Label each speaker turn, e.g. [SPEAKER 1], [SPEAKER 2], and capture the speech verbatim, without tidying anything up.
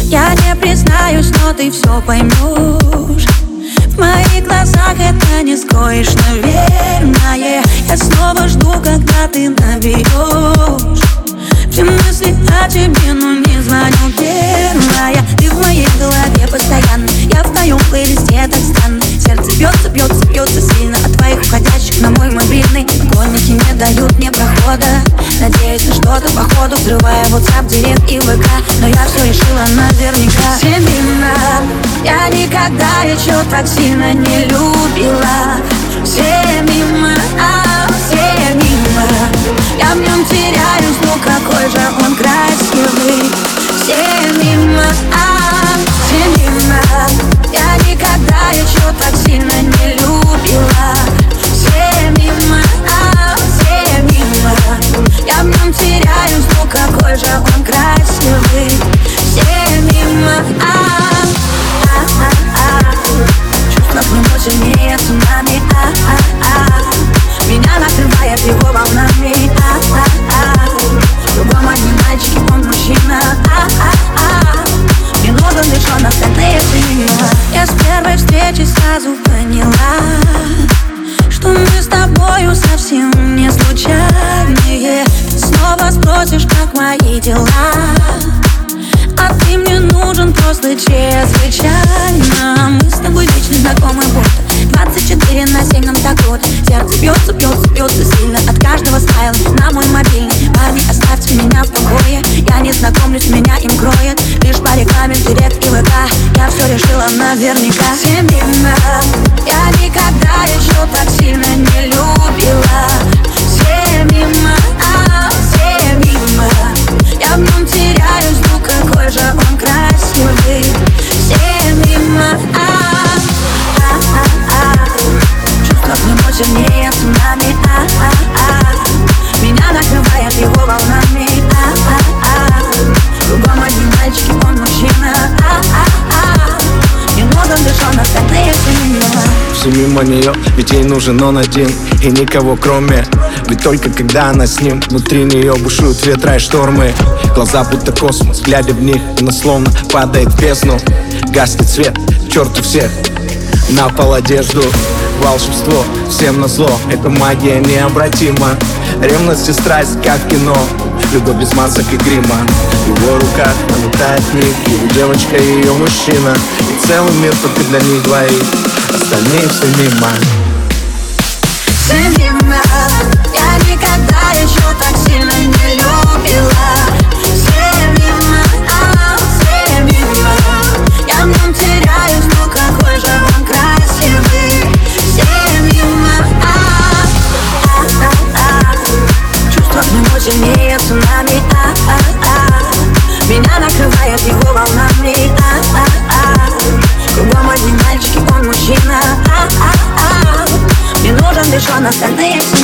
[SPEAKER 1] Я не признаюсь, но ты все поймешь. В моих глазах это не скроешь, наверное. Я снова жду, когда ты наберешь. Все мысли о тебе, но не звоню первая. Ты в моей голове постоянно, я в твоем плейлисте так странно. Сердце бьется, бьется, бьется сильно от твоих входящих на мой мобильный. Поклонники не дают мне прохода. Надеюсь на что-то походу, взрывая WhatsApp, Директ и ВК. Но я все решила наверняка. Все мимо, я никогда еще так сильно не любила. Все мимо, а, все мимо. Я в нем теряюсь, ну какой же он красивый. Все мимо, а, все мимо. Я никогда еще так сильно не любила. Все мимо, а, все мимо. Я в нем теряюсь, ну какой же он красивый. Все мимо, а, а, а, а. Чувства к нему сильнее цунами, а, а, а. Меня накрывает его волнами, а, а, а. В другом одни мальчики, он мужчина, а, а, а. Мне нужен лишь он, остальные мимо. Я с первой встречи сразу поняла, что мы с тобою совсем не случайные. Снова спросишь, как мои дела, а ты мне нужен просто чрезвычайно. Мы с тобой вечно знакомы будто двадцать четыре на семь нам так круто. Сердце бьется, бьется, бьется сильно от каждого стайла на мой мобильный. Парни, оставьте меня в покое. Я не знакомлюсь, меня им кроет лишь по рекламе в Директ и ВК. Я все решила наверняка. Все мимо, я никогда еще так сильно не любила. Все мимо, а, все мимо. Я в нем теряюсь, ну какой же он красивый. Все мимо, а, а, а, а. Чувства к нему сильнее цунами, а, а, а. Меня накрывает его волнами, а, а, а. Кругом одни мальчики, он мужчина, а, а, а. Не нужен лишь он, остальные все мимо.
[SPEAKER 2] Все мимо нее, ведь ей нужен он один и никого кроме. Ведь только когда она с ним, внутри нее бушуют ветра и штормы. Глаза будто космос, глядя в них, она словно падает в бездну. Гаснет свет, к черту всех, на пол одежду. Волшебство, всем назло, это магия необратима. Ревность и страсть, как в кино, любовь без масок и грима. В его руках летает книг, его девочка и ее мужчина. И целый мир только для них двоих, остальные все мимо.
[SPEAKER 1] Все мимо, я никогда еще так сильно не любила. Все мимо, а, все мимо. Я в нем теряюсь, ну какой же он красивый. Все мимо, а, а, а, а. Чувства к нему сильнее цунами, а, а, а. Меня накрывает его волнами, а, а, а. Кругом одни мальчики, он мужчина, а, а, а. Мне нужен лишь он, остальные все